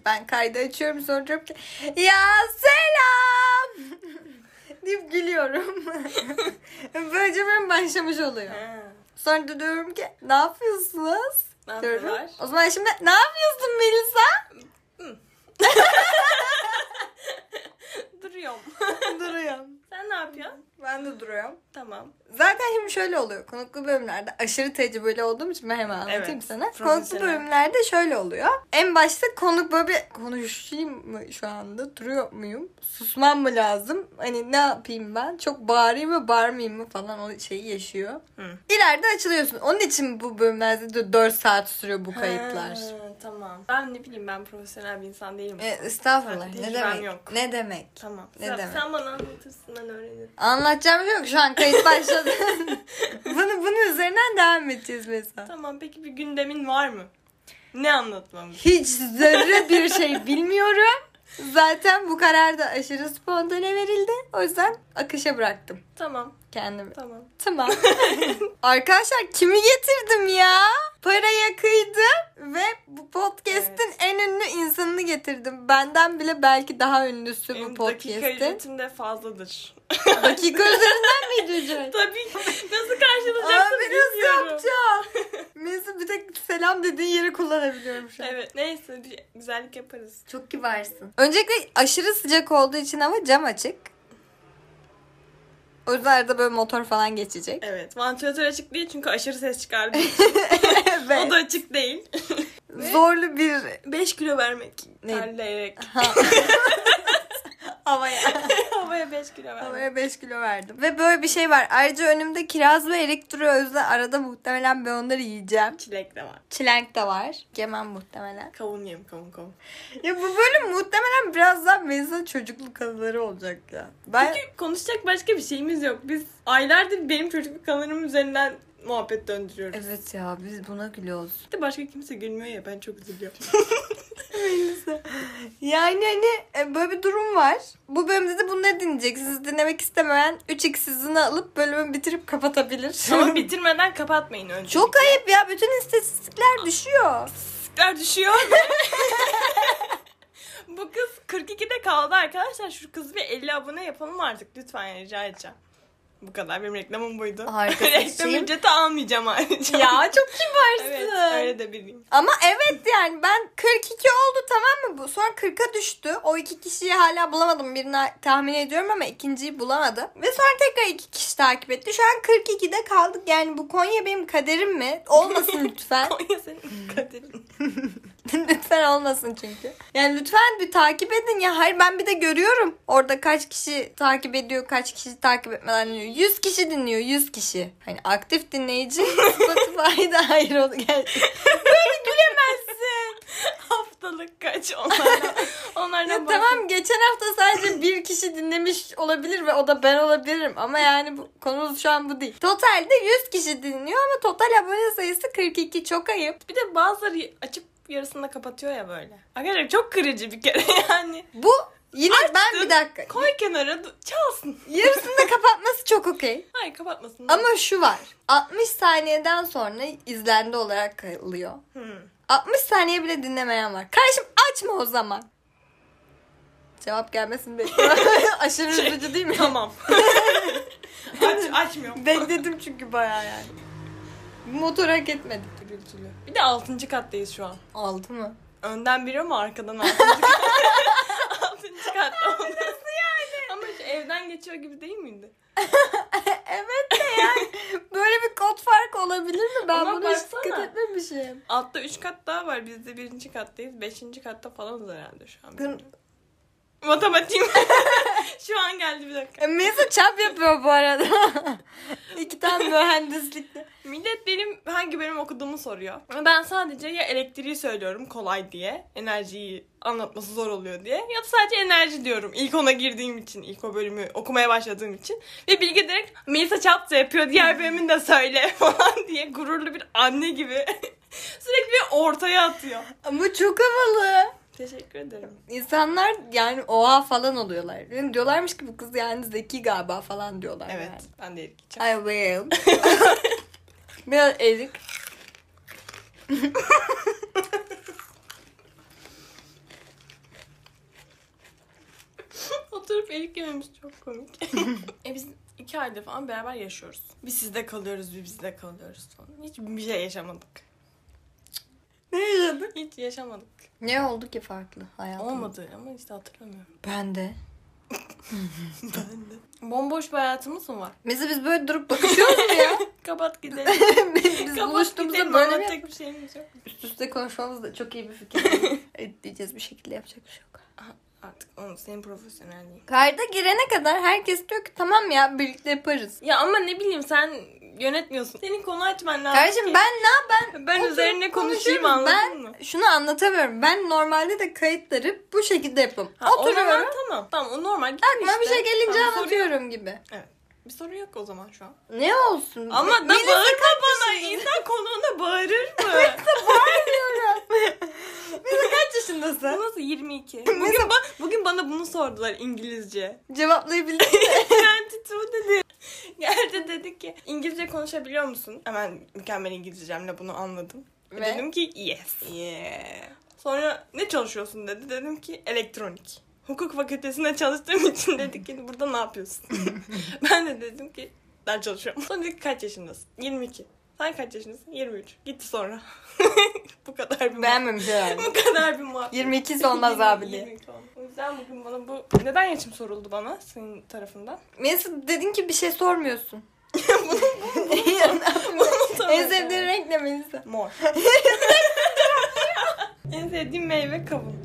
Ben kaydı açıyorum, sonra diyorum ki ya selam deyip gülüyorum. Böylece benim başlamış oluyor. Sonra da diyorum ki ne yapıyorsunuz? Ne diyorum. yapıyorlar? O zaman şimdi ne yapıyorsun Melisa? Duruyorum. Duruyorum. Sen ne yapıyorsun? Ben de duruyorum. Tamam. Zaten şimdi şöyle oluyor. Konuklu bölümlerde aşırı tecrübeli olduğum için ben hemen anlatayım Evet, sana. profesyonel. Konuklu bölümlerde şöyle oluyor. En başta konuk böyle bir konuşayım mı şu anda? Duruyor muyum? Susmam mı lazım? Hani ne yapayım ben? Çok bağırayım mı bağırmayayım mı falan o şeyi yaşıyor. İleride açılıyorsun. Onun için bu bölümlerde de 4 saat sürüyor bu kayıtlar. Tamam. Ben ne bileyim, ben profesyonel bir insan değilim. Estağfurullah. Ne Tecrübem demek? yok. Ne demek? Tamam. Ne sen, demek? sen bana anlatırsın, ben öğrenirim. Anlatacağım bir şey yok. Şu an kayıt başladı. Bunun üzerinden devam edeceğiz mesela. Tamam, peki bir gündemin var mı? Ne anlatmamız? Hiç zerre bir şey bilmiyorum. Zaten bu karar da aşırı spontane verildi. O yüzden akışa bıraktım Tamam. kendimi. Tamam. Arkadaşlar kimi getirdim ya? Paraya kıydım ve bu podcast'in en ünlü insanını getirdim. Benden bile belki daha ünlüsü bu Benim dakika podcast'in. ücretim de fazladır. Dakika üzerinden miydi ücret? Tabii. Nasıl karşılayacaksın Abi nasıl bilmiyorum. yapacağım? Mesela bir tek selam dediğin yeri kullanabiliyorum şu an. Evet, neyse bir güzellik yaparız. Çok kibarsın. Öncelikle aşırı sıcak olduğu için hava cam açık. O yüzden arada böyle motor falan geçecek. Evet, vantilatör açık değil çünkü aşırı ses çıkardı. Evet. O da açık değil. Zorlu bir 5 kilo vermek. Ne? Terleyerek. havaya. Havaya 5 kilo vermek. Havaya 5 kilo verdim. Ve böyle bir şey var. Ayrıca önümde kiraz ve erik duruyor. O yüzden arada muhtemelen ben onları yiyeceğim. Çilek de var. Çilenk de var. Yemem muhtemelen. Kavun yiyeyim, kavun. Ya bu bölüm muhtemelen birazdan Melisa'nın çocukluk anıları olacak ya. Çünkü konuşacak başka bir şeyimiz yok. Biz aylardır benim çocukluk anılarım üzerinden muhabbet döndürüyoruz. Evet ya, biz buna gülüyoruz. Bir de başka kimse gülmüyor ya, ben çok üzülüyorum. Melisa. Yani hani böyle bir durum var. Bu bölümde de bunları dinleyeceksiniz. Dinlemek istemeyen 3x hızını alıp bölümü bitirip kapatabilir. Ama bitirmeden kapatmayın önce. Çok ayıp ya. Bütün istatistikler düşüyor. İstatistikler düşüyor. Bu kız 42'de kaldı arkadaşlar. Şu kız bir 50 abone yapalım artık lütfen ya, rica edeceğim. Bu kadar, benim reklamım buydu. Harika. Reklam ücreti almayacağım ayrıca. Ya çok kibarsın. Evet, öyle de bileyim. Ama evet yani ben 42 oldu, tamam mı bu? Sonra 40'a düştü. O 2 kişiyi hala bulamadım. Birini tahmin ediyorum ama ikinciyi bulamadım. Ve sonra tekrar 2 kişi takip etti. Şu an 42'de kaldık. Yani bu Konya benim kaderim mi? Olmasın lütfen. Konya senin kaderin. Lütfen olmasın çünkü. Yani lütfen bir takip edin ya. Hayır, ben bir de görüyorum. Orada kaç kişi takip ediyor, kaç kişi takip etmeden dinliyor. 100 kişi dinliyor, 100 kişi. Hani aktif dinleyici Spotify'da hayır oldu. Böyle gülemezsin. Haftalık kaç onlardan Ya tamam, geçen hafta sadece bir kişi dinlemiş olabilir ve o da ben olabilirim. Ama yani bu konumuz şu an bu değil. Totalde 100 kişi dinliyor ama total abone sayısı 42. Çok ayıp. Bir de bazıları açıp yarısında kapatıyor ya böyle. Arkadaşlar çok kırıcı bir kere yani. Bu yine Açtın, ben bir dakika. Koy kenara çalsın. Yarısını da kapatması çok okey. Hayır, kapatmasın. Ama şu var. 60 saniyeden sonra izlendi olarak kalıyor. 60 saniye bile dinlemeyen var. Kardeşim açma o zaman. Cevap gelmesini bekliyorum. Aşırı üzücü değil mi? Tamam. Açmıyorum. Bekledim çünkü bayağı yani. Bu motor hak etmedi. Gürültülü. Bir de 6. kattayız şu an. 6 mı? Önden biri ama arkadan 6. kat. 6. katta oldu. Nasıl yani? Ama şu evden geçiyor gibi değil miydi? Evet de yani. Böyle bir kod farkı olabilir mi? Ben Ama bunu hiç baksana. dikkat etmemişim. Altta 3 kat daha var. Biz de 1. kattayız. 5. katta falanız herhalde şu an. Matematiğim. Şu an geldi, bir dakika. Melisa çap yapıyor bu arada. 2 tane mühendislikte. Millet benim hangi bölüm okuduğumu soruyor. Ben sadece ya elektriği söylüyorum kolay diye. Enerjiyi anlatması zor oluyor diye. Ya da sadece enerji diyorum. İlk ona girdiğim için. İlk o bölümü okumaya başladığım için. Ve Bilge direkt Melisa çapta yapıyor. Diğer bölümünü de söyle falan diye gururlu bir anne gibi sürekli ortaya atıyor. Ama çok havalı. Teşekkür ederim. İnsanlar yani oha falan oluyorlar. Yani diyorlarmış ki bu kız yani zeki galiba falan diyorlar. Evet. Yani. Ben de erikeceğim. I will. Biraz erik. Oturup erik yememiz çok komik. Biz 2 aydır falan beraber yaşıyoruz. Biz sizde kalıyoruz, biz bizde kalıyoruz falan. Hiçbir şey yaşamadık. Ne yaşadın? Hiç yaşamadık. Ne oldu ki farklı hayatında? Olmadı ama işte hatırlamıyorum. Ben de. Ben de. Bomboş bir hayatımız mı var? Mesela biz böyle durup bakışıyoruz mu ya? Kapat gidelim. Biz Kapat buluştuğumuzda gidelim. böyle mi Anlatacak bir şeyimiz yok. üst üste konuşmamız da çok iyi bir fikir. Diyeceğiz bir şekilde yapacak bir şey yok. Artık onu senin profesyonelliğin. Kayda girene kadar herkes diyor ki tamam ya birlikte yaparız. Ya ama ne bileyim sen yönetmiyorsun. Senin konu açman lazım. Kardeşim ki. ben Ben üzerine konuşayım, anladın mı? Şunu anlatamıyorum. Ben normalde de kayıtları bu şekilde yapıyorum. O zaman Oturuyorum. tamam. Tamam o normal. Aklıma bir şey gelince Tamam, anlatıyorum gibi. Evet. Bir soru yok o zaman şu an. Ne olsun? Ama da Melisa bağırma kaç bana. yaşında? İnsan konuğuna bağırır mı? Bağırmıyorum. Melisa kaç yaşındasın? Bu nasıl 22? Mesela- Bugün bana bunu sordular İngilizce. Cevaplayabildin mi? Ben Titu dedi. Geldi dedi ki İngilizce konuşabiliyor musun? Hemen mükemmel İngilizcemle bunu anladım. Ve? Dedim ki yes. Yeah. Sonra ne çalışıyorsun dedi. Dedim ki elektronik. Hukuk fakültesinde çalıştığım için dedi ki burada ne yapıyorsun? Ben de dedim ki ders çalışıyorum. Sonra dedi ki kaç yaşındasın? 22. Sen kaç yaşındasın? 23. Gitti sonra. Bu kadar bir Beğenmemiş herhalde. Bu kadar bir muhabbet. 22'si olmaz abi diye. 22 olmaz. O yüzden bugün bana bu... Neden yaşım soruldu bana senin tarafından? Melisa dedin ki bir şey sormuyorsun. Bunu En sevdiğin renk ne Melisa? Mor. En sevdiğim meyve kavun.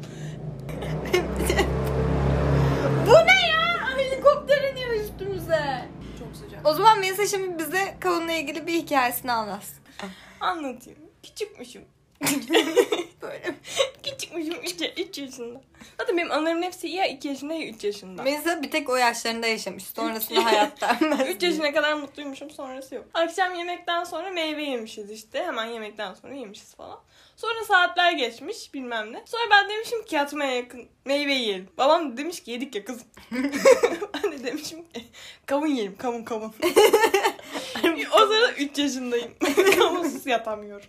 Bu ne ya? Helikopter iniyor üstümüze. Çok sıcak. O zaman Melisa şimdi bize kavunla ilgili bir hikayesini anlatsın. Anlatayım. Küçükmüşüm. Böyle. Küçükmüşüm 3 yaşında. Zaten benim anılarımın hepsi ya 2 yaşında ya 3 yaşında. Melisa bir tek o yaşlarında yaşamış. Sonrasında hayatta. 3 yaşına kadar mutluymuşum, sonrası yok. Akşam yemekten sonra meyve yemişiz işte. Hemen yemekten sonra yemişiz falan. Sonra saatler geçmiş bilmem ne. Sonra ben demişim ki yatmaya yakın meyve yiyelim. Babam da demiş ki yedik ya kızım. Ben de demişim ki kavun yiyelim, kavun. O sırada 3 yaşındayım. Kavunsuz yatamıyorum.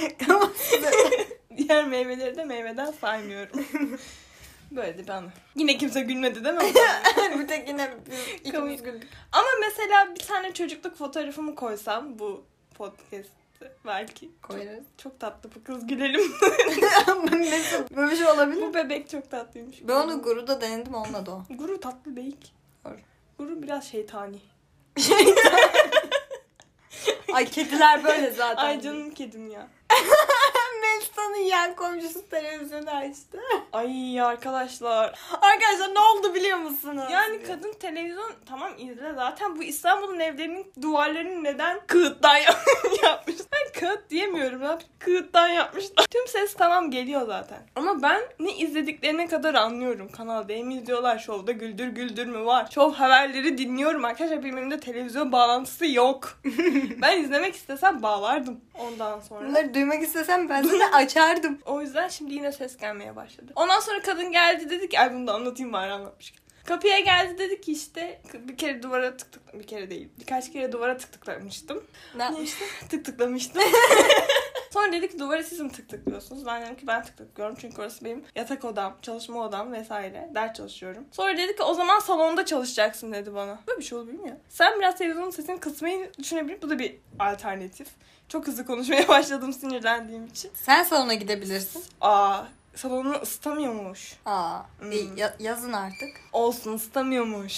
Diğer meyveleri de meyveden saymıyorum. Böyle de bir anı. Yine kimse gülmedi değil mi? Bir tek yine ikimiz güldük. Ama mesela bir tane çocukluk fotoğrafımı koysam bu podcast'te belki. Koyarız. Çok tatlı bu kız, gülelim. Melisa böyle bir şey olabilir mi? Bu bebek çok tatlıymış. Ben onu Guru'da denedim olmadı o. Guru tatlı değil ki. Doğru. Guru biraz şeytani. Ay kediler böyle zaten. Ay canım kedim ya. Melisa'nın yan komşusu televizyonu açtı. Ay arkadaşlar. Arkadaşlar ne oldu biliyor musunuz? Yani kadın televizyon tamam izle, zaten bu İstanbul'un evlerinin duvarlarını neden kağıttan yapmışlar? Ben kağıt diyemiyorum ya. Kağıttan yapmışlar. Tüm ses tamam geliyor zaten. Ama ben ne izlediklerine kadar anlıyorum. Kanal D mi izliyorlar? Şovda Güldür Güldür mü var? Şov haberleri dinliyorum arkadaşlar. Benim elimde televizyon bağlantısı yok. Ben izlemek istesem bağlardım ondan sonra. Bunları duymak istesem ben sana açardım. O yüzden şimdi yine ses gelmeye başladı. Ondan sonra kadın geldi dedi ki ay bunu da anlatayım bari anlatmışken. Kapıya geldi dedi ki işte bir kere duvara bir kere değil birkaç kere duvara tıklamıştım. Ne yapmıştın? Tıklamıştım. Sonra dedi ki duvara siz mi tıklıyorsunuz? Ben dedim ki ben tıklıyorum çünkü orası benim yatak odam, çalışma odam vesaire. Ders çalışıyorum. Sonra dedi ki o zaman salonda çalışacaksın dedi bana. Böyle bir şey olabilir mi ya? Sen biraz televizyonun sesini kısmayı düşünebilir. Bu da bir alternatif. Çok hızlı konuşmaya başladım sinirlendiğim için. Sen salona gidebilirsin. Salonu ısıtamıyormuş. Yazın artık. Olsun ısıtamıyormuş.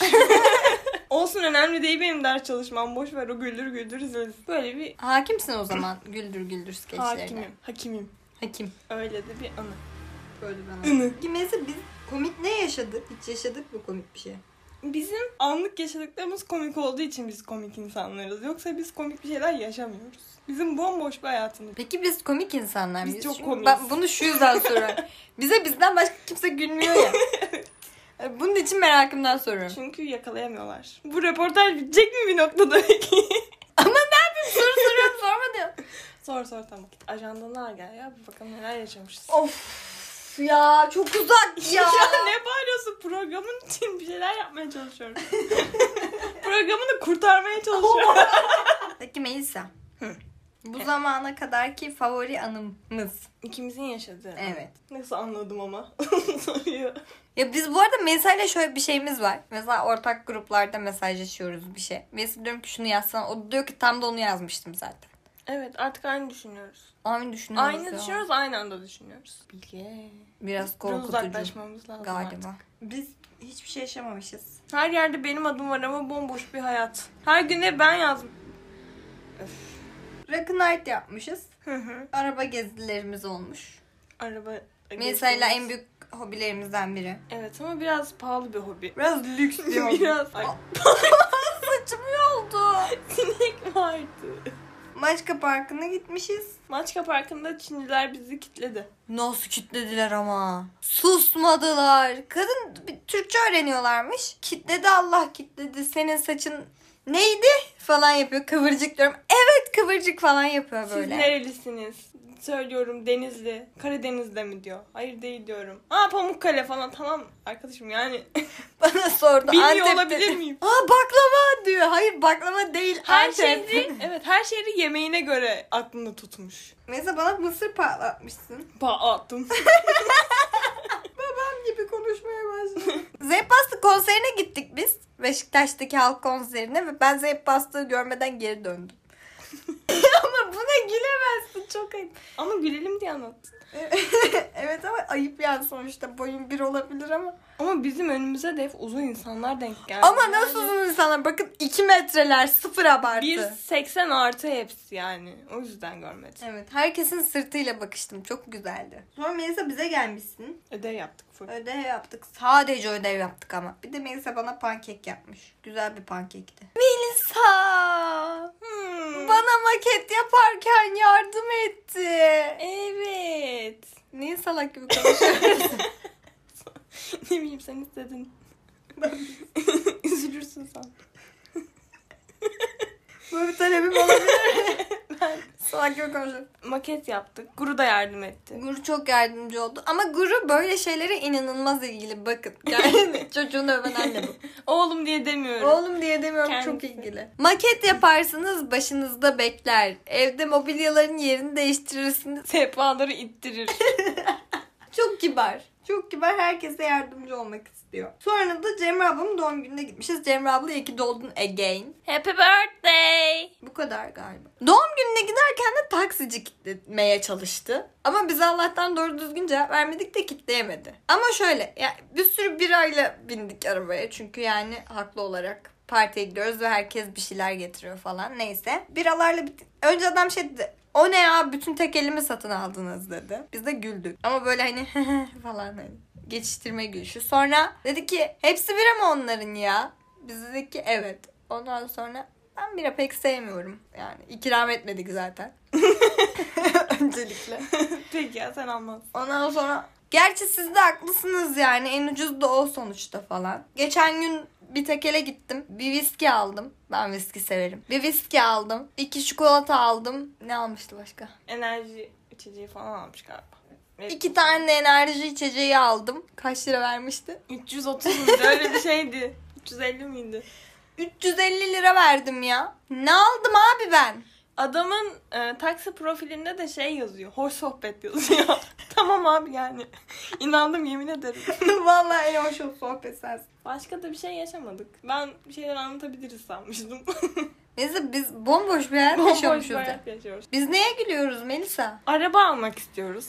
Olsun önemli değil benim ders çalışmam. Boş ver o güldür güldür izleriz. Böyle bir Hakimsin o zaman güldür güldür skeçlerine. Hakimim. Hakim. Öyle de bir anı. Böyle bir anı. Mesela biz komik ne yaşadık? Hiç yaşadık mı komik bir şey? Bizim anlık yaşadıklarımız komik olduğu için biz komik insanlarız. Yoksa biz komik bir şeyler yaşamıyoruz. Bizim bomboş bir hayatımız. Peki biz komik insanlar mıyız? Biz çok Çünkü komiyiz. Ben bunu şu yüzden soruyorum. Bizden başka kimse gülmüyor ya. Bunun için merakımdan soruyorum. Çünkü yakalayamıyorlar. Bu röportaj bitecek mi bir noktada peki? Ama ne yapayım soru soruyorum sorma diyor. Sor tamam. Ajandalar gel ya. Bir bakalım neler yaşamışız. Of ya çok uzak ya. Ya ne bağırıyorsun? Programın için bir şeyler yapmaya çalışıyorum. Programını kurtarmaya çalışıyorum. Peki Melisa. Bu zamana kadarki favori anımız. İkimizin yaşadığı. Evet. Nasıl anladım ama soruyor. Ya biz bu arada Melisa'yla şöyle bir şeyimiz var. Mesela ortak gruplarda mesajlaşıyoruz bir şey. Melisa diyorum ki şunu yazsana. O diyor ki tam da onu yazmıştım zaten. Evet, artık aynı düşünüyoruz. Aynı düşünüyoruz Aynı ya. düşünüyoruz, aynı anda düşünüyoruz. Bilge. Biraz Biraz korkutucu uzaklaşmamız lazım galiba. artık. Biz hiçbir şey yaşamamışız. Her yerde benim adım var ama bomboş bir hayat. Her gün de ben yazdım. Rock'n'Ride yapmışız. Hı hı. Araba gezilerimiz olmuş. Araba Melisa'yla gezdiğimiz- en büyük hobilerimizden biri. Evet ama biraz pahalı bir hobi. Biraz lüks bir hobi. Biraz. Ay, Saçım yoldu. sinek vardı. Maçka Parkı'na gitmişiz. Maçka Parkı'nda Çinliler bizi kilitledi. Nasıl kitlediler ama. Susmadılar. Kadın Türkçe öğreniyorlarmış. Kitledi, Allah kitledi. Senin saçın neydi falan yapıyor. Kıvırcık diyorum. Evet, kıvırcık falan yapıyor Siz böyle. nerelisiniz? Söylüyorum Denizli. Karadeniz'de mi diyor. Hayır değil diyorum. Pamukkale falan, tamam arkadaşım yani. Bana sordu. Bilmiyor Antep'te. olabilir miyim? Baklava diyor. Hayır, baklava değil. Her Antep. şehri, evet, her şehri yemeğine göre aklında tutmuş. Mesela bana mısır patlatmışsın. Attım. Babam gibi konuşmaya başladı. Zeynep Bastık konserine gittik biz. Beşiktaş'taki halk konserine ve ben Zeynep Bastık'ı görmeden geri döndüm. Ama buna gülemezsin, çok ayıp. Ama gülelim diye anlat. Evet ama ayıp yani, sonuçta boyun bir olabilir ama. Ama bizim önümüze de hep uzun insanlar denk geldi. Ama nasıl uzun insanlar, bakın 2 metreler, sıfır abartı. 1.80 artı hepsi yani. O yüzden görmedim. Evet, herkesin sırtıyla bakıştım, çok güzeldi. Sonra Melisa bize gelmişsin. Ödev yaptık full. Ödev yaptık, sadece ödev yaptık ama. Bir de Melisa bana pankek yapmış. Güzel bir pankekti. Melisa! Bana maket yaparken yardım etti. Evet. Niye salak gibi konuşuyorsun? Ne bileyim, sen istedin. Üzülürsün sen. Böyle bir talebim olabilir. Ben salak gibi konuşuyorum. Maket yaptık. Guru da yardım etti. Guru çok yardımcı oldu. Ama Guru böyle şeylere inanılmaz ilgili. Bakın. Yani çocuğunu öven anne bu. Oğlum diye demiyorum. Oğlum diye demiyorum, Kendisi. çok ilgili. Maket yaparsınız, başınızda bekler. Evde mobilyaların yerini değiştirirsiniz. Sehpaları ittirir. Çok kibar. Çok kibar, herkese yardımcı olmak istiyor. Sonra da Cemre ablamın doğum gününe gitmişiz. Cemre abla iyi ki doğdun again. Happy birthday. Bu kadar galiba. Doğum gününe giderken de taksici kitlemeye çalıştı. Ama biz Allah'tan doğru düzgün cevap vermedik de kitleyemedi. Ama şöyle, yani bir sürü birayla bindik arabaya. Çünkü yani haklı olarak partiye gidiyoruz ve herkes bir şeyler getiriyor falan. Neyse. Biralarla önce adam şey dedi. O ne ya, bütün tekelimi satın aldınız dedi. Biz de güldük. Ama böyle hani falan hani geçiştirme gülüşü. Sonra dedi ki hepsi bira mı onların ya? Biz dedik ki evet. Ondan sonra ben bira pek sevmiyorum. Yani ikram etmedik zaten. Öncelikle. Peki ya, sen anlat. Ondan sonra gerçi siz de haklısınız yani, en ucuz da o sonuçta falan. Geçen gün bir tekele gittim. Bir viski aldım. Ben viski severim. Bir viski aldım. 2 çikolata aldım. Ne almıştı başka? Enerji içeceği falan almış galiba. Evet. 2 tane de enerji içeceği aldım. Kaç lira vermişti? 330 muydu? Öyle bir şeydi. 350 miydi? 350 lira verdim ya. Ne aldım abi ben? Adamın taksi profilinde de şey yazıyor. Hoş sohbet yazıyor. Tamam abi yani. İnandım, yemin ederim. Vallahi en hoş o sohbet sensin. Başka da bir şey yaşamadık. Ben bir şeyler anlatabiliriz sanmıştım. Neyse, biz bomboş bir hayat Bomboş yaşıyormuşuz bir da. hayat yaşıyoruz. Biz neye gülüyoruz Melisa? Araba almak istiyoruz.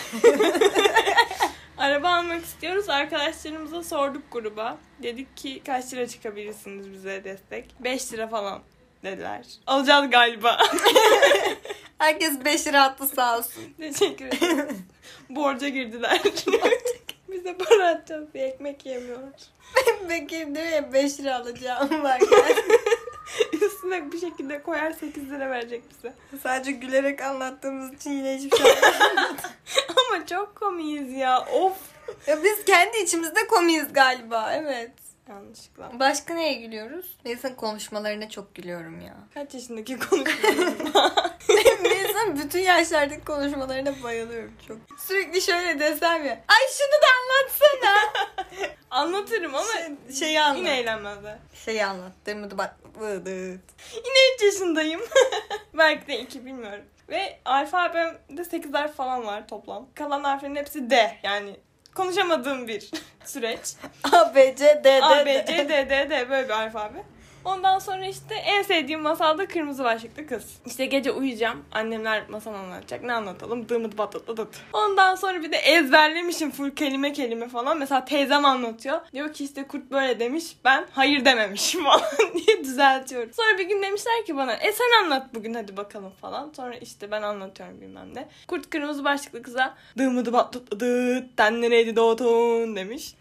Araba almak istiyoruz. Arkadaşlarımıza sorduk gruba. Dedik ki kaç lira çıkabilirsiniz bize destek? 5 lira falan dediler. Alacağız galiba. Herkes 5 lira attı sağ olsun. Teşekkür ederim. Borca girdiler. Bize para atacağız diye ekmek yemiyorlar. Bekir diyor ya 5 lira alacağım var. Üstüne bir şekilde koyar 8 lira verecek bize. Sadece gülerek anlattığımız için yine hiçbir şey anlamadım. Ama çok komiyiz ya. Of. Ya biz kendi içimizde komiyiz galiba, evet. Yanlışlıkla. Başka neye gülüyoruz? Melisa'nın konuşmalarına çok gülüyorum ya. Kaç yaşındaki konuşmalarım? Melisa'nın bütün yaşlardaki konuşmalarına bayılıyorum çok. Sürekli şöyle desem ya. Ay şunu da anlatsana. Anlatırım ama Şeyi anlat. yine eğlenmezler. Şeyi anlat. Dırmıdı bak. Vıdıt. Yine 3 yaşındayım. Belki de 2 bilmiyorum. Ve alfabemde 8 harf falan var toplam. Kalan harflerin hepsi D. Yani konuşamadığım bir süreç. A, B, C, D, D, A, B, C, D, D, D böyle bir alfabe. Ondan sonra işte en sevdiğim masal da Kırmızı Başlıklı Kız. İşte gece uyuyacağım. Annemler masal anlatacak. Ne anlatalım? Dımıt batıt dıt. Ondan sonra bir de ezberlemişim full kelime kelime falan. Mesela teyzem anlatıyor. Diyor ki işte kurt böyle demiş. Ben hayır dememişim falan diye düzeltiyorum. Sonra bir gün demişler ki bana sen anlat bugün hadi bakalım falan. Sonra işte ben anlatıyorum bilmem ne. Kurt Kırmızı Başlıklı Kıza dımıt batıt dıt. Sen nereydi doğdun demiş.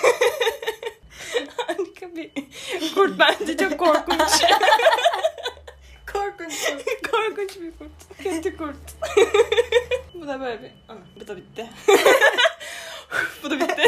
Harika bir kurt, bence çok korkunç. Korkunç. Korkunç bir kurt. Kötü kurt. Bu da böyle bir... Ana, bu da bitti. Bu da bitti.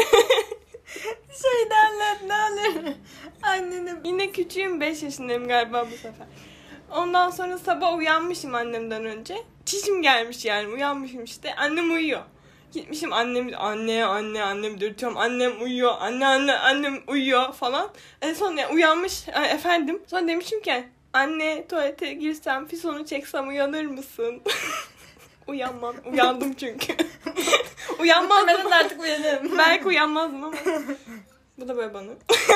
Şeyde anlat ne olur. Annenim. Yine küçüğüm, 5 yaşındayım galiba bu sefer. Ondan sonra sabah uyanmışım annemden önce. Çişim gelmiş yani, uyanmışım işte. Annem uyuyor. Gitmişim annemi dürtüyorum. Annem uyuyor. Annem uyuyor falan. En son yani uyanmış efendim. Sonra demişim ki anne tuvalete girsem fisonu çeksem uyanır mısın? Uyanmam. Uyandım çünkü. Uyanmazdım. Ben artık uyanırım. Belki uyanmazdım ama. Bu da böyle bana.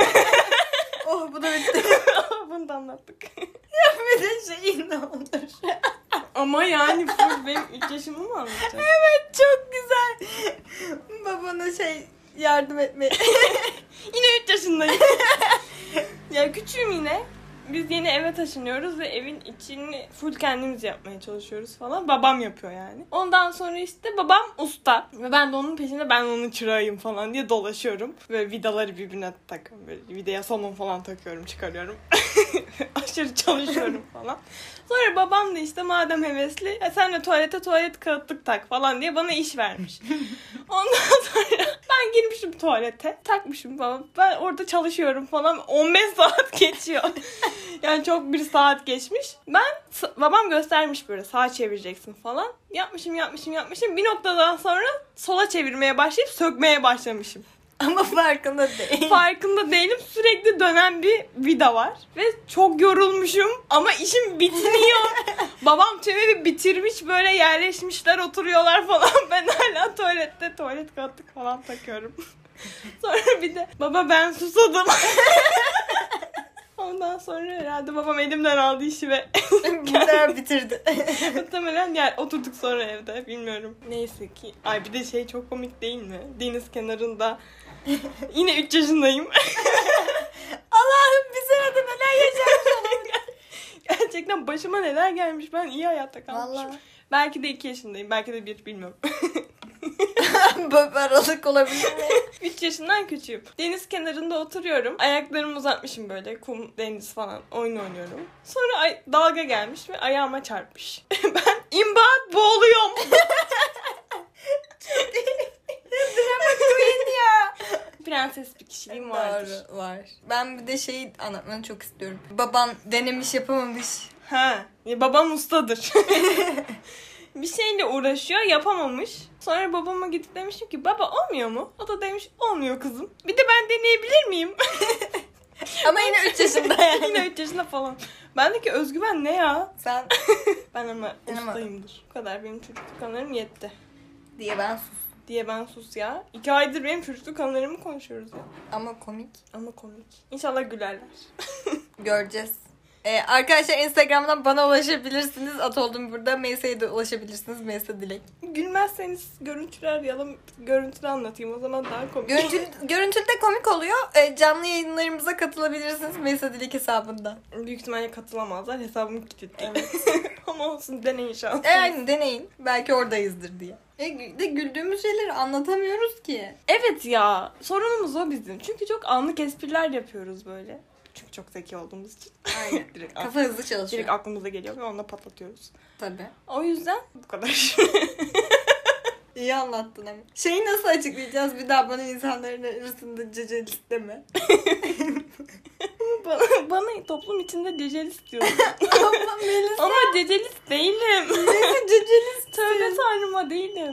Oh bu da bitti. Bunu da anlattık. Bir de şeyin ne olur. Ama yani full benim 3 yaşımı mı anlatacağız? Evet çok güzel. Babana yardım etme. Yine 3 yaşındayım. Ya küçüğüm yine. Biz yeni eve taşınıyoruz ve evin içini full kendimiz yapmaya çalışıyoruz falan. Babam yapıyor yani. Ondan sonra işte babam usta. Ve ben de onun peşinde ben onun çırağıyım falan diye dolaşıyorum. Böyle vidaları birbirine takıyorum. Böyle vidaya somon falan takıyorum, çıkarıyorum. Aşırı çalışıyorum falan. Sonra babam da işte madem hevesli sen de tuvalet kağıtlık tak falan diye bana iş vermiş. Ondan sonra ben girmişim tuvalete. Takmışım baba. Ben orada çalışıyorum falan. 15 saat geçiyor. Yani çok bir saat geçmiş. Babam göstermiş böyle sağa çevireceksin falan. Yapmışım. Bir noktadan sonra sola çevirmeye başlayıp sökmeye başlamışım. Ama farkında değil. Farkında değilim. Sürekli dönen bir vida var. Ve çok yorulmuşum. Ama işim bitmiyor. Babam tümü bitirmiş. Böyle yerleşmişler, oturuyorlar falan. Ben hala tuvalette tuvalet kağıtlık falan takıyorum. Sonra bir de baba ben susadım. Ondan sonra herhalde babam elimden aldı işi ve Güzel bitirdi. muhtemelen yani oturduk sonra evde, bilmiyorum. Neyse ki. Ay bir de çok komik değil mi? Deniz kenarında. Yine 3 yaşındayım. Allah'ım bir senede neler yaşamış. Gerçekten başıma neler gelmiş. Ben iyi hayatta kalmışım. Vallahi. Belki de 2 yaşındayım. Belki de 1, bilmiyorum. Böyle aralık olabilir mi? 3 yaşından küçüğüm. Deniz kenarında oturuyorum. Ayaklarımı uzatmışım böyle. Kum, deniz falan. Oyun oynuyorum. Sonra dalga gelmiş ve ayağıma çarpmış. Ben imdat boğuluyorum. Drama queen ya. Prenses bir kişiliğim vardır. Doğru var. Ben bir de anlatmanı çok istiyorum. Baban denemiş yapamamış. Ha, babam ustadır. Bir şeyle uğraşıyor, yapamamış. Sonra babama gidip demişim ki baba olmuyor mu? O da demiş olmuyor kızım. Bir de ben deneyebilir miyim? Ama yine 3 yaşında yani. Yine 3 yaşında falan. Bendeki özgüven ne ya? Sen Ben ama ustayımdır. Bu kadar, benim çocukluk anılarım yetti. diye ben sus. Diye ben sus ya. 2 aydır benim çocukluk anılarımı konuşuyoruz ya. Ama komik. Ama komik. İnşallah gülerler. Göreceğiz. Arkadaşlar Instagram'dan bana ulaşabilirsiniz. At oldum burada. Melisa'ya da ulaşabilirsiniz. Melisa Dilek. Gülmezseniz görüntülü arayalım. Görüntülü anlatayım, o zaman daha komik. Görüntülü de komik oluyor. Canlı yayınlarımıza katılabilirsiniz Melisa Dilek hesabından. Büyük ihtimalle katılamazlar. Hesabımı kilitli. Evet. Ama olsun, deneyin şans. Yani deneyin. Belki oradayızdır diye. De güldüğümüz şeyleri anlatamıyoruz ki. Evet ya. Sorunumuz o bizim. Çünkü çok anlık espriler yapıyoruz böyle. Çünkü çok zeki olduğumuz için. Aynen. Kafa hızlı çalışıyor. Direkt aklımıza geliyor ve onunla patlatıyoruz. Tabii. O yüzden bu kadar. İyi anlattın ama. Şeyi nasıl açıklayacağız bir daha bana insanların arasında cecelist deme. bana toplum içinde cecelist diyorsun. Ama Melisa. Ama cecelist değilim. Neyse cecelist. Tövbe tanrıma değilim.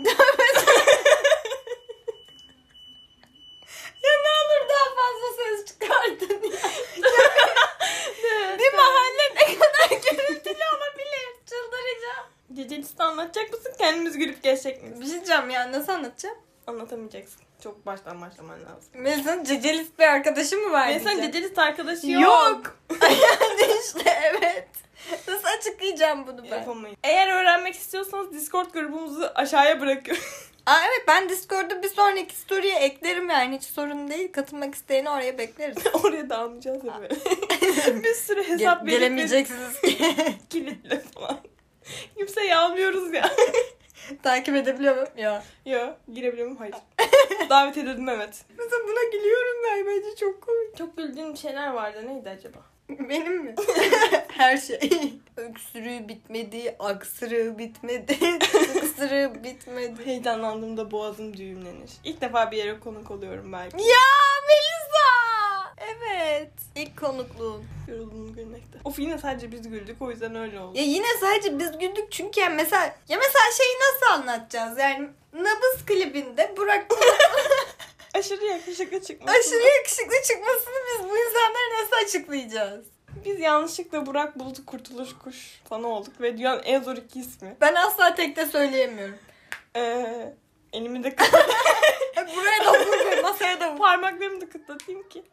Ya ne olur daha fazla ses çıkardın ya. Bir mahalle ne kadar gürültülü olabilir. Çıldıracağım. Cecelist'i anlatacak mısın? Kendimiz gülüp geçecek miyiz? Bir şey diyeceğim ya nasıl anlatacağım? Anlatamayacaksın. Çok baştan başlaman lazım. Melisa'nın cecelist bir arkadaşı mı var? Melisa'nın diyeceğim. cecelist arkadaşı yok. Yok. Yani işte evet. Nasıl açıklayacağım bunu ben? Yapamayız. Eğer öğrenmek istiyorsanız Discord grubumuzu aşağıya bırakıyorum. Aa evet ben Discord'u bir sonraki story'e eklerim yani hiç sorun değil. Katılmak isteyeni oraya bekleriz. Oraya da almayacağız ya böyle. Bir sürü hesap Gelemeyeceksiniz ki. Kilitle falan. Kimseyi almıyoruz ya. Takip edebiliyor muyum? Yok. Yok. Girebiliyor muyum? Hayır. Davet edildim evet. Mesela buna gülüyorum ben. Bence çok komik. Çok güldüğüm şeyler vardı. Neydi acaba? Benim mi? Her şey. Öksürüğü bitmedi, aksırığı bitmedi, tıksırığı bitmedi. Heyecanlandığımda boğazım düğümlenir. İlk defa bir yere konuk oluyorum belki. Ya Melisa! Evet. İlk konukluğun. Yoruldum gülmekte. Of yine sadece biz güldük o yüzden öyle oldu. Ya yine sadece biz güldük çünkü yani mesela şeyi nasıl anlatacağız? Yani Nabız klibinde Burak Aşırı yakışıklı çıkması. aşırı yakışıklı çıkmasını biz bu insanlara nasıl açıklayacağız? Biz yanlışlıkla Burak Bulut Kurtuluş Kuş fanı olduk ve dünyanın en zor iki ismi. Ben asla tekte söyleyemiyorum. Elimi de Buraya da vur, masaya da vur. parmaklarımı da kıtlatayım ki.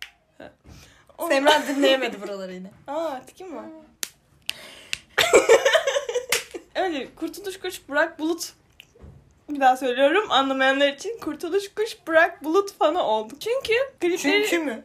Semra dinleyemedi buraları yine. Aa tikim var. Öyle Kurtuluş Kuş Burak Bulut. Bir daha söylüyorum anlamayanlar için Kurtuluş Kuş Burak Bulut fanı olduk. Çünkü klipleri... Çünkü mü?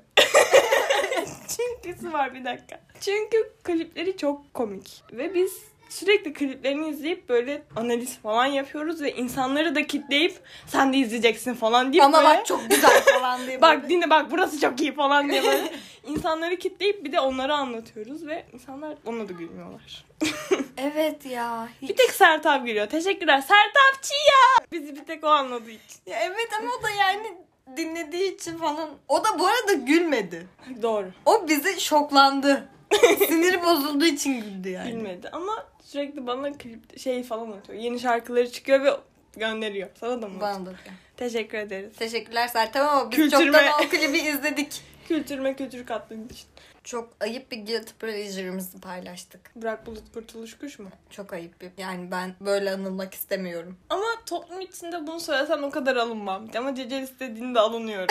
Çünküsü var bir dakika. Çünkü klipleri çok komik. Ve biz sürekli kliplerini izleyip böyle analiz falan yapıyoruz ve insanları da kitleyip sen de izleyeceksin falan deyip Ama böyle... bak çok güzel falan diye. Bak dinle bak burası çok iyi falan diye böyle insanları kitleyip bir de onları anlatıyoruz ve insanlar ona da gülmüyorlar. Evet ya. Bir tek Sertab gülüyor. Teşekkürler. Sertabçı ya. Bizi bir tek o anladığı için. Ya evet ama o da yani dinlediği için falan. O da bu arada gülmedi. Doğru. O bizi şoklandı. Siniri bozulduğu için güldü yani. Gülmedi ama sürekli bana klip şey falan atıyor. Yeni şarkıları çıkıyor ve gönderiyor. Sana da mı? Bana da. Teşekkür ederiz. Teşekkürler Sertab ama biz Kültürme. çoktan o klibi izledik. Kültür kattığın için. Çok ayıp bir guilty pleasure'ımızı paylaştık. Burak Bulut Kurtuluş Kuş mu? Çok ayıp bir. Yani ben böyle anılmak istemiyorum. Ama toplum içinde bunu söylesen o kadar alınmam. Ama cecelist dediğinde alınıyorum.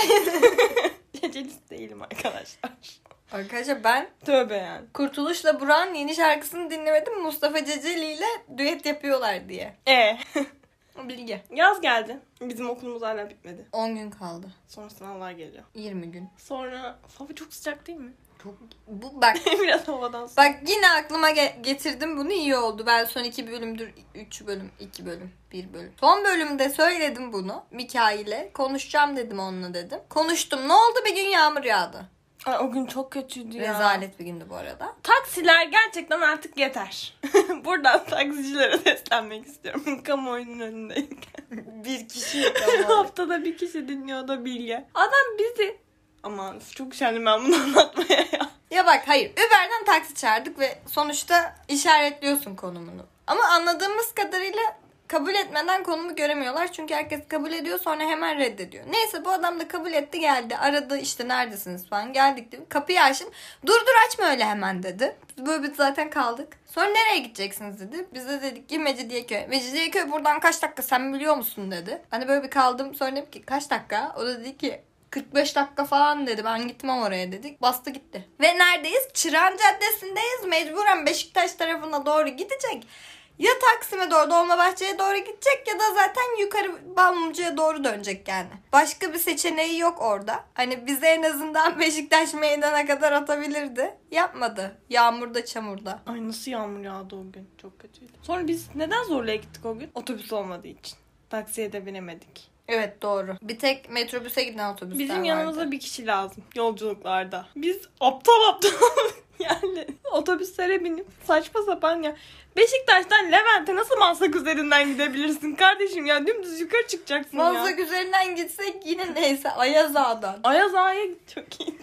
Cecelist değilim arkadaşlar. Arkadaşlar ben Tövbe yani. Kurtuluş'la Burak'ın yeni şarkısını dinlemedim. Mustafa Ceceli ile düet yapıyorlar diye. Bilgi. Yaz geldi. Bizim okulumuz hala bitmedi. 10 gün kaldı. Sonra sınavlar geliyor. 20 gün. Sonra hava çok sıcak değil mi? Çok bu bak Biraz havadan sonra. bak yine aklıma getirdim bunu iyi oldu. Ben son 2 bölümdür 3 bölüm 2 bölüm 1 bölüm. Son bölümde söyledim bunu Mikail'e. Konuşacağım dedim onunla dedim. Konuştum. Ne oldu bir gün yağmur yağdı. Ay, o gün çok kötüydü ya. Rezalet bir gündü bu arada. Taksiler gerçekten artık yeter. Buradan taksicilere seslenmek istiyorum. Kamuoyunun önündeyken. Bir kişi ama. Haftada bir kişi dinliyor o da Bilge. Adam bizi... Aman çok üşendim ben bunu anlatmaya ya. Ya bak hayır Uber'den taksi çağırdık ve sonuçta işaretliyorsun konumunu. Ama anladığımız kadarıyla kabul etmeden konumu göremiyorlar. Çünkü herkes kabul ediyor sonra hemen reddediyor. Neyse bu adam da kabul etti geldi. Aradı işte neredesiniz falan geldik dedi. Kapıyı açtım. Dur açma öyle hemen dedi. Böyle biz zaten kaldık. Sonra nereye gideceksiniz dedi. Biz de dedik ki Mecidiyeköy. Mecidiyeköy buradan kaç dakika sen biliyor musun dedi. Hani böyle bir kaldım sonra dedim ki kaç dakika? O da dedi ki 45 dakika falan dedi. Ben gitmem oraya dedik. Bastı gitti. Ve neredeyiz? Çırağan Caddesi'ndeyiz. Mecburen Beşiktaş tarafına doğru gidecek. Ya Taksim'e doğru Dolmabahçe'ye doğru gidecek ya da zaten yukarı Balmumcu'ya doğru dönecek yani. Başka bir seçeneği yok orada. Hani bize en azından Beşiktaş meydana kadar atabilirdi. Yapmadı. Yağmurda çamurda. Ay nasıl yağmur yağdı o gün. Çok kötüydü. Sonra biz neden Zorlu'ya gittik o gün? Otobüs olmadığı için. Taksiye de binemedik. Evet doğru. Bir tek metrobüse giden otobüsler Bizim vardı. yanımıza bir kişi lazım yolculuklarda. Biz aptal Yani otobüslere binip saçma sapan ya. Beşiktaş'tan Levent'e nasıl Maslak üzerinden gidebilirsin kardeşim ya? Dümdüz yukarı çıkacaksın ya. Maslak üzerinden gitsek yine neyse Ayaz Ağa'dan. Ayaz Ağa'ya çok iyi.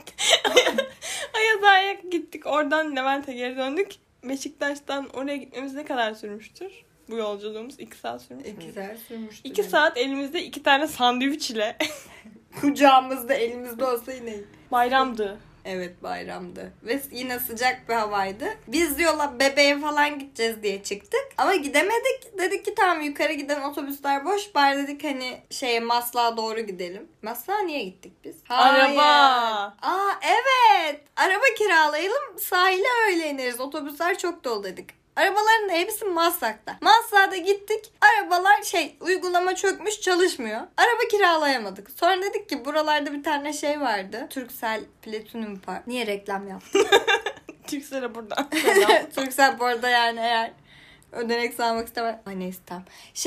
Ayaz Ağa'ya gittik. Oradan Levent'e geri döndük. Beşiktaş'tan oraya gitmemiz ne kadar sürmüştür? Bu yolculuğumuz 2 saat sürmüş. 2 saat sürmüştür. 2 saat elimizde 2 tane sandviç ile. Kucağımızda elimizde olsa yine. Bayramdı. Evet bayramdı. Ve yine sıcak bir havaydı. Biz yola bebeğe falan gideceğiz diye çıktık. Ama gidemedik. Dedik ki tamam yukarı giden otobüsler boş. Bari dedik hani Maslak'a doğru gidelim. Maslak'a niye gittik biz? Araba. Aa evet. Araba kiralayalım sahile öyle ineriz. Otobüsler çok dolu dedik. Arabaların da hepsi Maslak'ta. Maslak'a gittik. Arabalar uygulama çökmüş çalışmıyor. Araba kiralayamadık. Sonra dedik ki buralarda bir tane vardı. Turkcell Platinum Park. Niye reklam yaptın? Türksel'e buradan. Turkcell bu arada yani eğer ödenek sağlamak istemez. Ay neyse tamam.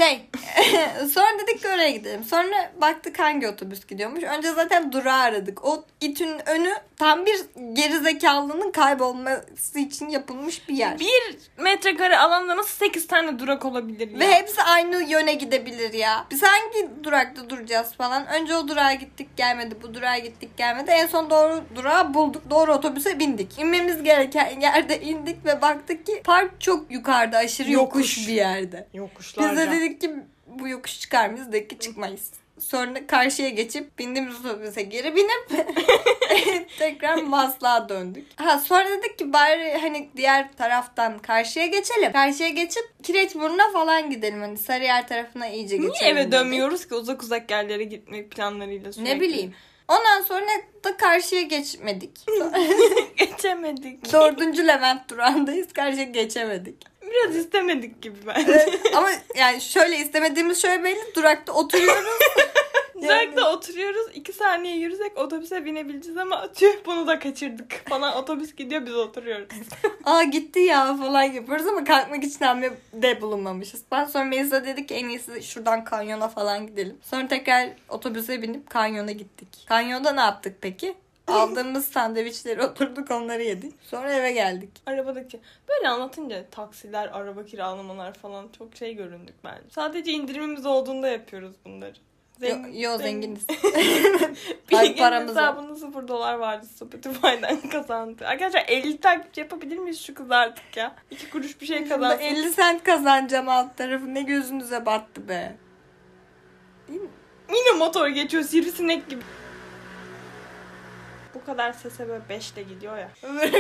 Sonra dedik ki oraya gidelim. Sonra baktık hangi otobüs gidiyormuş. Önce zaten durağı aradık. O İTÜ'nün önü tam bir gerizekalının kaybolması için yapılmış bir yer. 1 metrekare alanda nasıl 8 tane durak olabilir ya? Ve hepsi aynı yöne gidebilir ya. Biz hangi durakta duracağız falan. Önce o durağa gittik gelmedi. Bu durağa gittik gelmedi. En son doğru durağı bulduk. Doğru otobüse bindik. İnmemiz gereken yerde indik ve baktık ki park çok yukarıda aşırı yokuş bir yerde. Yokuşlarca. Biz de dedik ki bu yokuş çıkar mıyız? Dedik ki çıkmayız. Sonra karşıya geçip bindiğimiz otobüse geri binip tekrar Maslak'a döndük. Sonra dedik ki bari hani diğer taraftan karşıya geçelim. Karşıya geçip Kireçburnu'na falan gidelim. Hani Sarıyer tarafına iyice geçelim. Niye eve dedik. dönmüyoruz ki uzak yerlere gitmek planlarıyla sürekli? Ne bileyim. Ondan sonra da karşıya geçmedik. Geçemedik. 4. Levent durağındayız. Karşıya geçemedik. Biraz istemedik gibi bence. Evet, ama yani şöyle istemediğimiz şöyle belli. Durakta oturuyoruz. Durakta oturuyoruz. 2 saniye yürüsek otobüse binebileceğiz ama tüh bunu da kaçırdık falan. Otobüs gidiyor biz oturuyoruz. Aa gitti ya falan yapıyoruz ama kalkmak için hamlede bulunmamışız. Sonra Melisa dedi ki en iyisi şuradan kanyona falan gidelim. Sonra tekrar otobüse binip kanyona gittik. Kanyonda ne yaptık peki? Aldığımız sandviçleri oturduk onları yedik. Sonra eve geldik. Arabadaki böyle anlatınca taksiler, araba kiralamalar falan çok göründük bence. Sadece indirimimiz olduğunda yapıyoruz bunları. Zenginiz. Bir paramız var. hesabında $0 vardı Spotify'dan kazandı. Arkadaşlar 50 takipçi yapabilir miyiz şu kız artık ya? 2 kuruş bir şey kazansın. 50 cent kazanacağım alt tarafı. Ne gözünüze battı be. Yine motor geçiyor sivrisinek gibi. Bu kadar sese böyle 5'te gidiyor ya.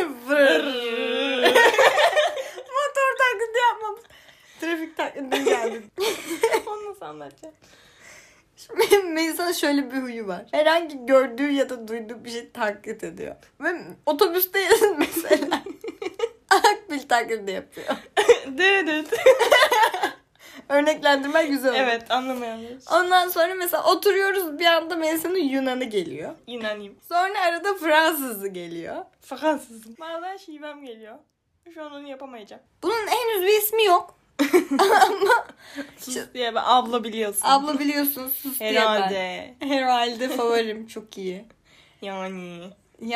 Motor taklidi yapmamız. Trafik taklidi geldi. Onu nasıl anlatacağım? Melisa'nın şöyle bir huyu var. Herhangi gördüğü ya da duyduğu bir şey taklit ediyor. Ve otobüsteyiz mesela. Akbil taklidi yapıyor. Evet. Örneklendirmek güzel olur. Evet anlamayanlar. Ondan sonra mesela oturuyoruz bir anda Melisa'nın Yunan'ı geliyor. İnanayım. Sonra arada Fransız'ı geliyor. Fransızım. Bazen şivem geliyor. Şu an onu yapamayacağım. Bunun henüz bir ismi yok. Ama Sus diye ben abla biliyorsun. abla biliyorsun sus diye ben. Herhalde. Herhalde favorim çok iyi. Yani.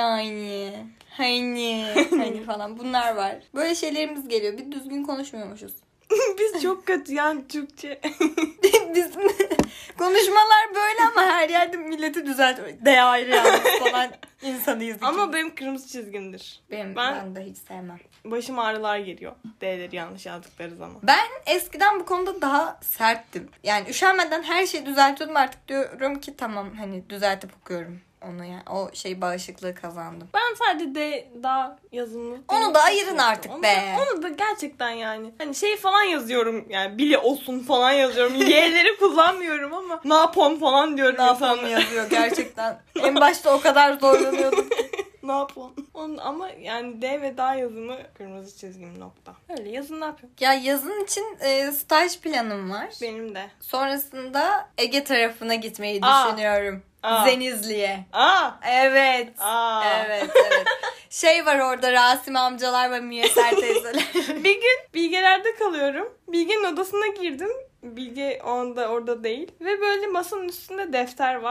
Hani falan bunlar var. Böyle şeylerimiz geliyor. Bir düzgün konuşmuyormuşuz. Biz çok kötü yani Türkçe. Bizim konuşmalar böyle ama her yerde milleti düzeltiyor. D ayrı yalnız falan insanıyız. Ama benim kırmızı çizgimdir. Ben de hiç sevmem. Başım ağrılar geliyor. D'leri yanlış yazdıkları zaman. Ben eskiden bu konuda daha serttim. Yani üşenmeden her şeyi düzeltiyordum. Artık diyorum ki tamam hani düzeltip okuyorum onu yani. O bağışıklığı kazandım. Ben sadece daha yazımlı. Onu da ayırın artık be. Onu da gerçekten yani. Hani falan yazıyorum yani bile olsun falan yazıyorum. Y'leri kullanmıyorum ama napon falan diyorum. Napon yazıyor gerçekten. En başta o kadar zorlanıyordum. Napon. Ama yani D ve D yazımı kırmızı çizgim nokta. Öyle yazın ne yapıyorum? Ya yazın için staj planım var. Benim de. Sonrasında Ege tarafına gitmeyi düşünüyorum. Denizli'ye. Evet. Evet. Var orada Rasim amcalar ve Müyesser teyzeler. Bir gün Bilgeler'de kalıyorum. Bilge'nin odasına girdim. Bilge orada değil. Ve böyle masanın üstünde defter var.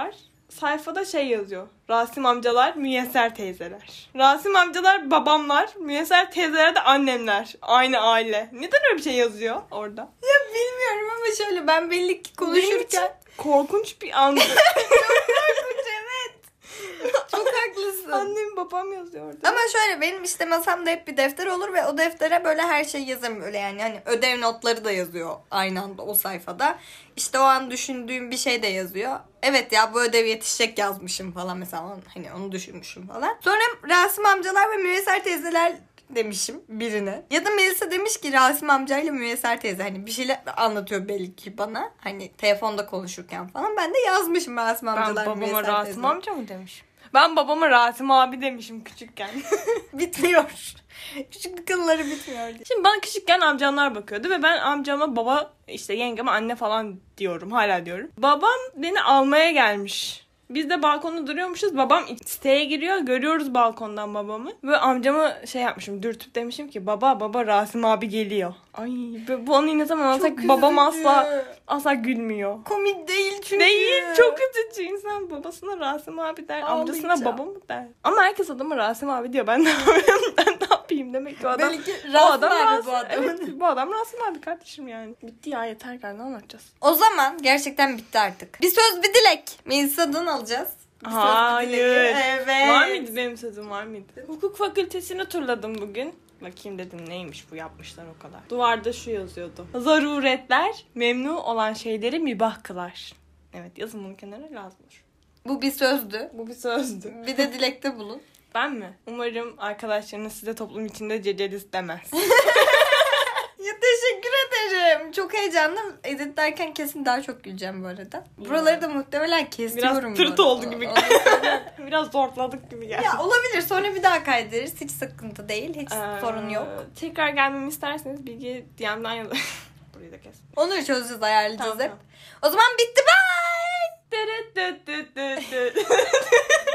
sayfada şey yazıyor. Rasim amcalar, Müyesser teyzeler. Rasim amcalar babamlar, Müyesser teyzeler de annemler. Aynı aile. Neden öyle bir şey yazıyor orada? Ya bilmiyorum ama şöyle ben belli ki konuşurken... Korkunç bir andı. Korkunç evet. Çok haklısın. Annem babam yazıyor orada. Ama şöyle benim işte masamda hep bir defter olur ve o deftere böyle her şey yazarım böyle yani hani ödev notları da yazıyor aynı anda o sayfada. İşte o an düşündüğüm bir şey de yazıyor. Evet ya bu ödev yetişecek yazmışım falan mesela hani onu düşünmüşüm falan. Sonra Rasim amcalar ve Müyesser teyzeler demişim birine. Ya da Melisa demiş ki Rasim amcayla Müyesser teyze hani bir şeyler anlatıyor belli ki bana. Hani telefonda konuşurken falan. Ben de yazmışım Rasim amcalar Ben Müyesser babama teyze. Rasim amca mı demişim? Ben babama Rasim abi demişim küçükken. Bitmiyor. Küçük kılları bitmiyor diye. Şimdi bana küçükken amcamlar bakıyordu ve ben amcama baba işte yengeme anne falan diyorum. Hala diyorum. Babam beni almaya gelmiş. Biz de balkonda duruyormuşuz. Babam siteye giriyor. Görüyoruz balkondan babamı. Ve amcamı şey yapmışım. Dürtüp demişim ki baba Rasim abi geliyor. Ay bu anıyı ne zaman anlatsak babam asla gülmüyor. Komik değil çünkü. Değil. Çok üzücü. İnsan babasına Rasim abi der. Ağlayacağım. Amcasına baba mı der. Ama herkes adama Rasim abi diyor. Ben ne yapayım demek ki o adam. Belki O Rasim adam abi Rasim. bu adam. Evet bu adam Rasim abi kardeşim yani. Bitti ya yeter galiba ne anlatacağız? O zaman gerçekten bitti artık. Bir söz bir dilek. Melisa'dan alacağız. Bir söz, bir Hayır. dileği. Evet. Var mıydı benim sözüm var mıydı? Hukuk fakültesini turladım bugün. Bakayım dedim neymiş bu yapmışlar o kadar. Duvarda şu yazıyordu. Zaruretler memnu olan şeyleri mübah kılar. Evet yazın bunun kenarına lazım olur. Bu bir sözdü. Bu bir sözdü. Bir de dilekte bulun. Ben mi? Umarım arkadaşlarınız size toplum içinde cecelis demez. Ya teşekkür ederim. Çok heyecanlı. Editlerken kesin daha çok güleceğim bu arada. Buraları da muhtemelen kesiyorum. Biraz tırt oldu gibi. Biraz zorladık gibi geldi. Ya olabilir. Sonra bir daha kaydederiz. Hiç sıkıntı değil. Hiç sorun yok. Tekrar gelmemi isterseniz bilgi DM'den yazın. Burayı da kes. Onu çözeceğiz, ayarlayacağız Tamam, hep. O zaman bitti. Bye. Tamam.